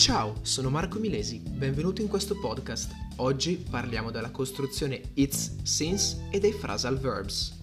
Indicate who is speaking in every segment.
Speaker 1: Ciao, sono Marco Milesi, benvenuto in questo podcast. Oggi parliamo della costruzione it's, since e dei phrasal verbs.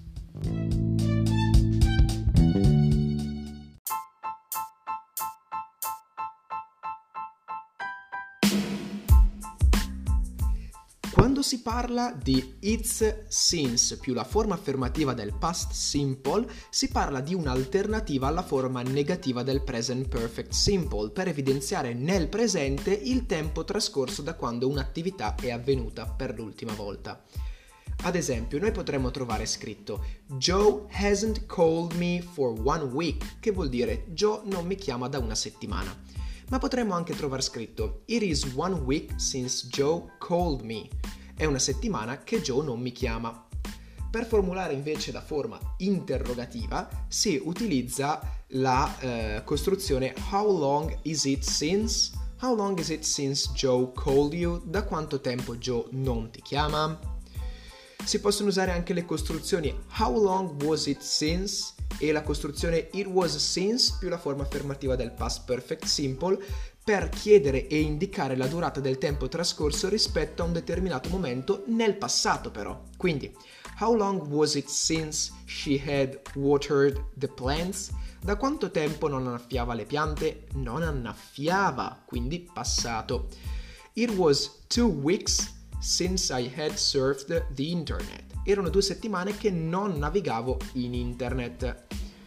Speaker 1: Quando si parla di it's since più la forma affermativa del past simple, si parla di un'alternativa alla forma negativa del present perfect simple per evidenziare nel presente il tempo trascorso da quando un'attività è avvenuta per l'ultima volta. Ad esempio, noi potremmo trovare scritto Joe hasn't called me for 1 week, che vuol dire Joe non mi chiama da una settimana. Ma potremmo anche trovare scritto It is 1 week since Joe called me. È una settimana che Joe non mi chiama. Per formulare invece la forma interrogativa si utilizza la costruzione How long is it since? How long is it since Joe called you? Da quanto tempo Joe non ti chiama? Si possono usare anche le costruzioni How long was it since? E la costruzione It was since più la forma affermativa del past perfect simple per chiedere e indicare la durata del tempo trascorso rispetto a un determinato momento nel passato però. Quindi, how long was it since she had watered the plants? Da quanto tempo non annaffiava le piante? Non annaffiava, quindi passato. It was 2 weeks since I had surfed the internet. Erano 2 settimane che non navigavo in internet.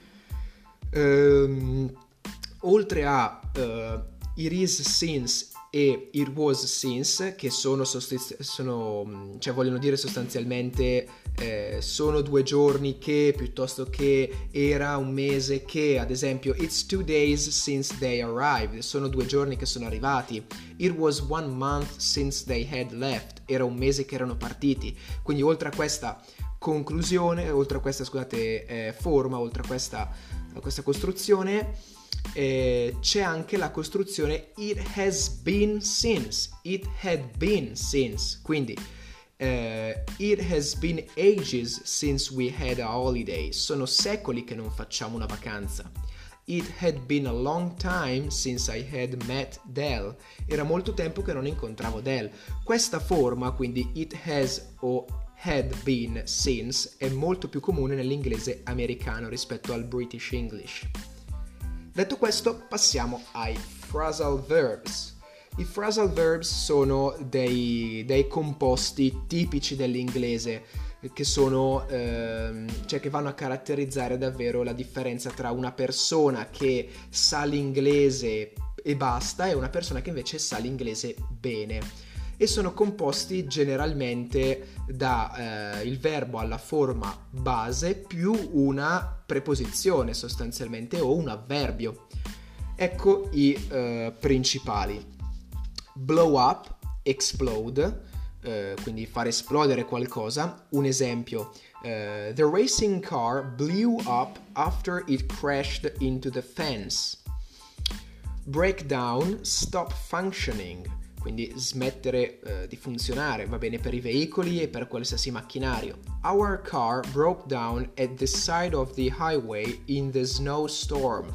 Speaker 1: Oltre a it is since e it was since, che vogliono dire sostanzialmente sono 2 giorni che, piuttosto che era un mese che, ad esempio it's 2 days since they arrived, sono 2 giorni che sono arrivati. It was 1 month since they had left, era un mese che erano partiti. Quindi oltre a questa conclusione, oltre a questa forma, oltre a questa costruzione, c'è anche la costruzione it has been since, it had been since, quindi it has been ages since we had a holiday, sono secoli che non facciamo una vacanza. It had been a long time since I had met Del, era molto tempo che non incontravo Del. Questa forma, quindi it has o had been since, è molto più comune nell'inglese americano rispetto al British English. Detto questo, passiamo ai phrasal verbs. I phrasal verbs sono dei composti tipici dell'inglese che sono, che vanno a caratterizzare davvero la differenza tra una persona che sa l'inglese e basta e una persona che invece sa l'inglese bene. E sono composti generalmente da il verbo alla forma base più una preposizione sostanzialmente o un avverbio. Ecco i principali. Blow up, explode, quindi far esplodere qualcosa. Un esempio, the racing car blew up after it crashed into the fence. Break down, stop functioning. Quindi smettere di funzionare, va bene per i veicoli e per qualsiasi macchinario. Our car broke down at the side of the highway in the snowstorm.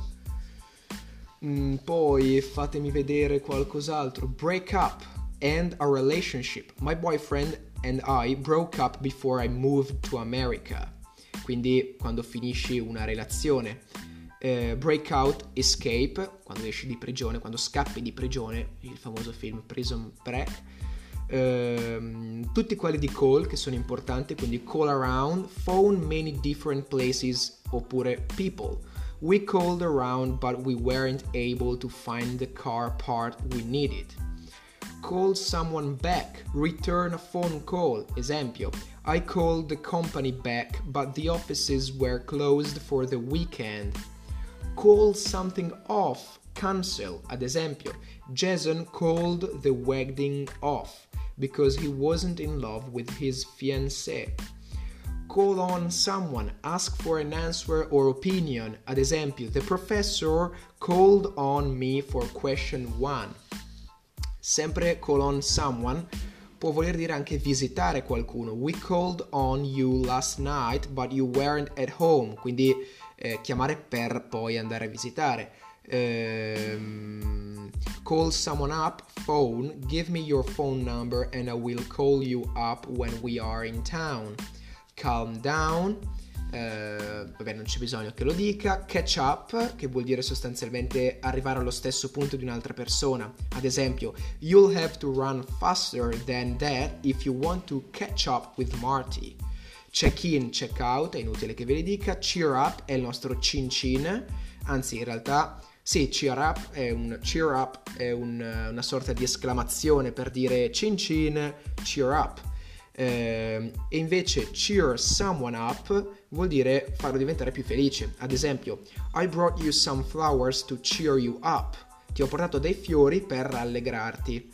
Speaker 1: Poi fatemi vedere qualcos'altro. Break up, end a relationship. My boyfriend and I broke up before I moved to America. Quindi quando finisci una relazione. Breakout, escape, quando esci di prigione, quando scappi di prigione, il famoso film Prison Break. Tutti quelli di call che sono importanti, quindi call around, phone many different places, oppure people. We called around but we weren't able to find the car part we needed. Call someone back, return a phone call. Esempio, I called the company back but the offices were closed for the weekend. Call something off, cancel. Ad esempio, Jason called the wedding off because he wasn't in love with his fiancée. Call on someone, ask for an answer or opinion. Ad esempio, the professor called on me for question 1. Sempre call on someone può voler dire anche visitare qualcuno. We called on you last night but you weren't at home. Quindi chiamare per poi andare a visitare. Call someone up, phone, give me your phone number and I will call you up when we are in town. Calm down, vabbè non c'è bisogno che lo dica. Catch up, che vuol dire sostanzialmente arrivare allo stesso punto di un'altra persona. Ad esempio, you'll have to run faster than that if you want to catch up with Marty. Check in, check out, è inutile che ve li dica. Cheer up è il nostro cin cin, anzi in realtà sì, cheer up è una sorta di esclamazione per dire cin cin, cheer up. E invece cheer someone up vuol dire farlo diventare più felice. Ad esempio, I brought you some flowers to cheer you up. Ti ho portato dei fiori per rallegrarti.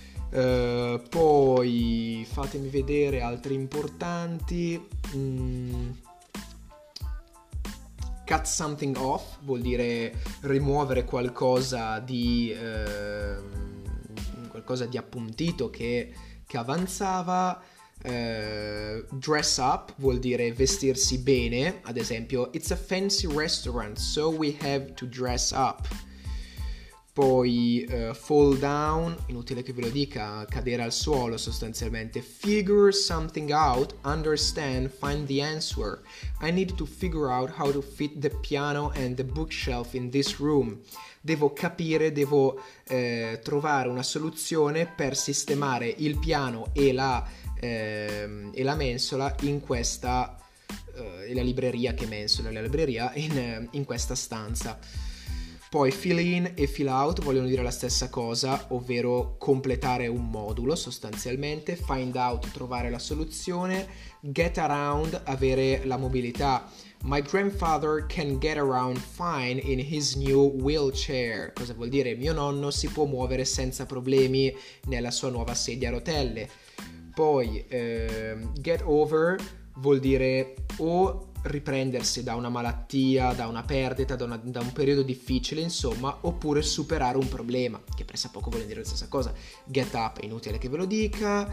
Speaker 1: Poi fatemi vedere altri importanti. Cut something off vuol dire rimuovere qualcosa di appuntito che avanzava. Dress up vuol dire vestirsi bene. Ad esempio, it's a fancy restaurant, so we have to dress up. Poi fall down, inutile che ve lo dica, cadere al suolo sostanzialmente. Figure something out, understand, find the answer. I need to figure out how to fit the piano and the bookshelf in this room. Devo capire, devo trovare una soluzione per sistemare il piano e la mensola in questa la libreria in questa stanza. Poi fill in e fill out vogliono dire la stessa cosa, ovvero completare un modulo sostanzialmente. Find out, trovare la soluzione. Get around, avere la mobilità. My grandfather can get around fine in his new wheelchair. Cosa vuol dire? Mio nonno si può muovere senza problemi nella sua nuova sedia a rotelle. Poi get over vuol dire o riprendersi da una malattia, da una perdita, da un periodo difficile, insomma, oppure superare un problema, che pressappoco vuol dire la stessa cosa. Get up è inutile che ve lo dica.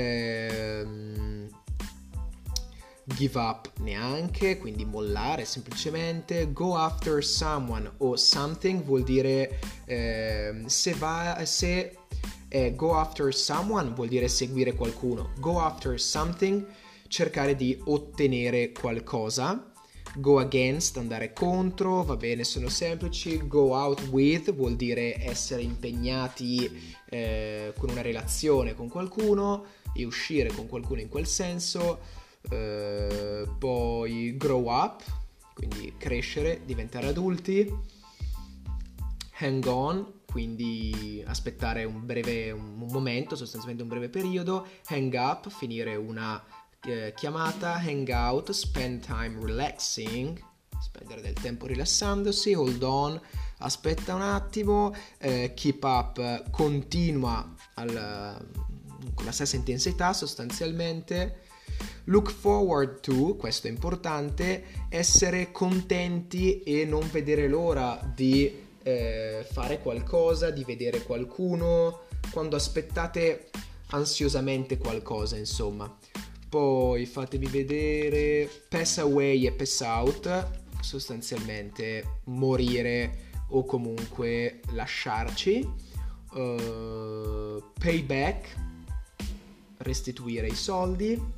Speaker 1: Give up neanche, quindi mollare semplicemente. Go after someone o something vuol dire go after someone vuol dire seguire qualcuno. Go after something, cercare di ottenere qualcosa. Go against, andare contro, va bene, sono semplici. Go out with vuol dire essere impegnati con una relazione con qualcuno e uscire con qualcuno in quel senso. Poi grow up, quindi crescere, diventare adulti. Hang on, quindi aspettare un momento, sostanzialmente un breve periodo. Hang up, finire una chiamata. Hang out, spend time relaxing, spendere del tempo rilassandosi. Hold on, aspetta un attimo. Keep up, continua con la stessa intensità sostanzialmente. Look forward to, questo è importante, essere contenti e non vedere l'ora di fare qualcosa, di vedere qualcuno, quando aspettate ansiosamente qualcosa, insomma. Poi fatemi vedere pass away e pass out, sostanzialmente morire o comunque lasciarci. Pay back, restituire i soldi.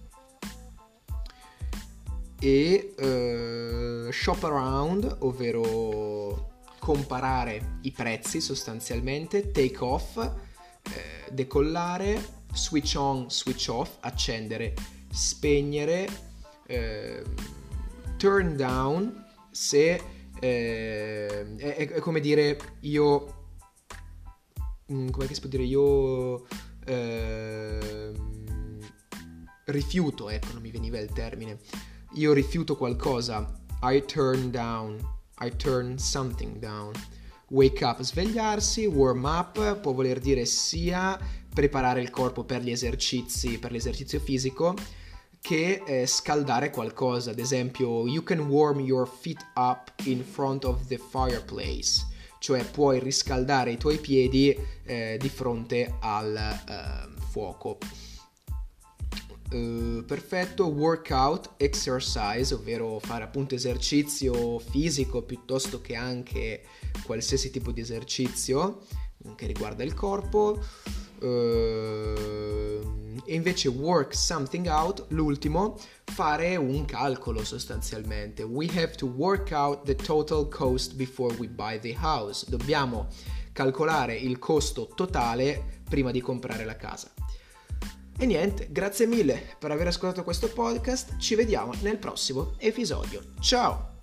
Speaker 1: E shop around, ovvero comparare i prezzi sostanzialmente. Take off, decollare. Switch on, switch off, accendere, spegnere. Turn down, se è come dire io, come si può dire, io rifiuto, ecco, non mi veniva il termine. Io rifiuto qualcosa. I turn something down. Wake up, svegliarsi. Warm up può voler dire sia preparare il corpo per gli esercizi, per l'esercizio fisico, che scaldare qualcosa. Ad esempio, you can warm your feet up in front of the fireplace, cioè puoi riscaldare i tuoi piedi di fronte al fuoco. Perfetto. Workout, exercise, ovvero fare appunto esercizio fisico piuttosto che anche qualsiasi tipo di esercizio che riguarda il corpo. E invece work something out, l'ultimo, fare un calcolo sostanzialmente. We have to work out the total cost before we buy the house. Dobbiamo calcolare il costo totale prima di comprare la casa. E niente, grazie mille per aver ascoltato questo podcast, ci vediamo nel prossimo episodio. Ciao!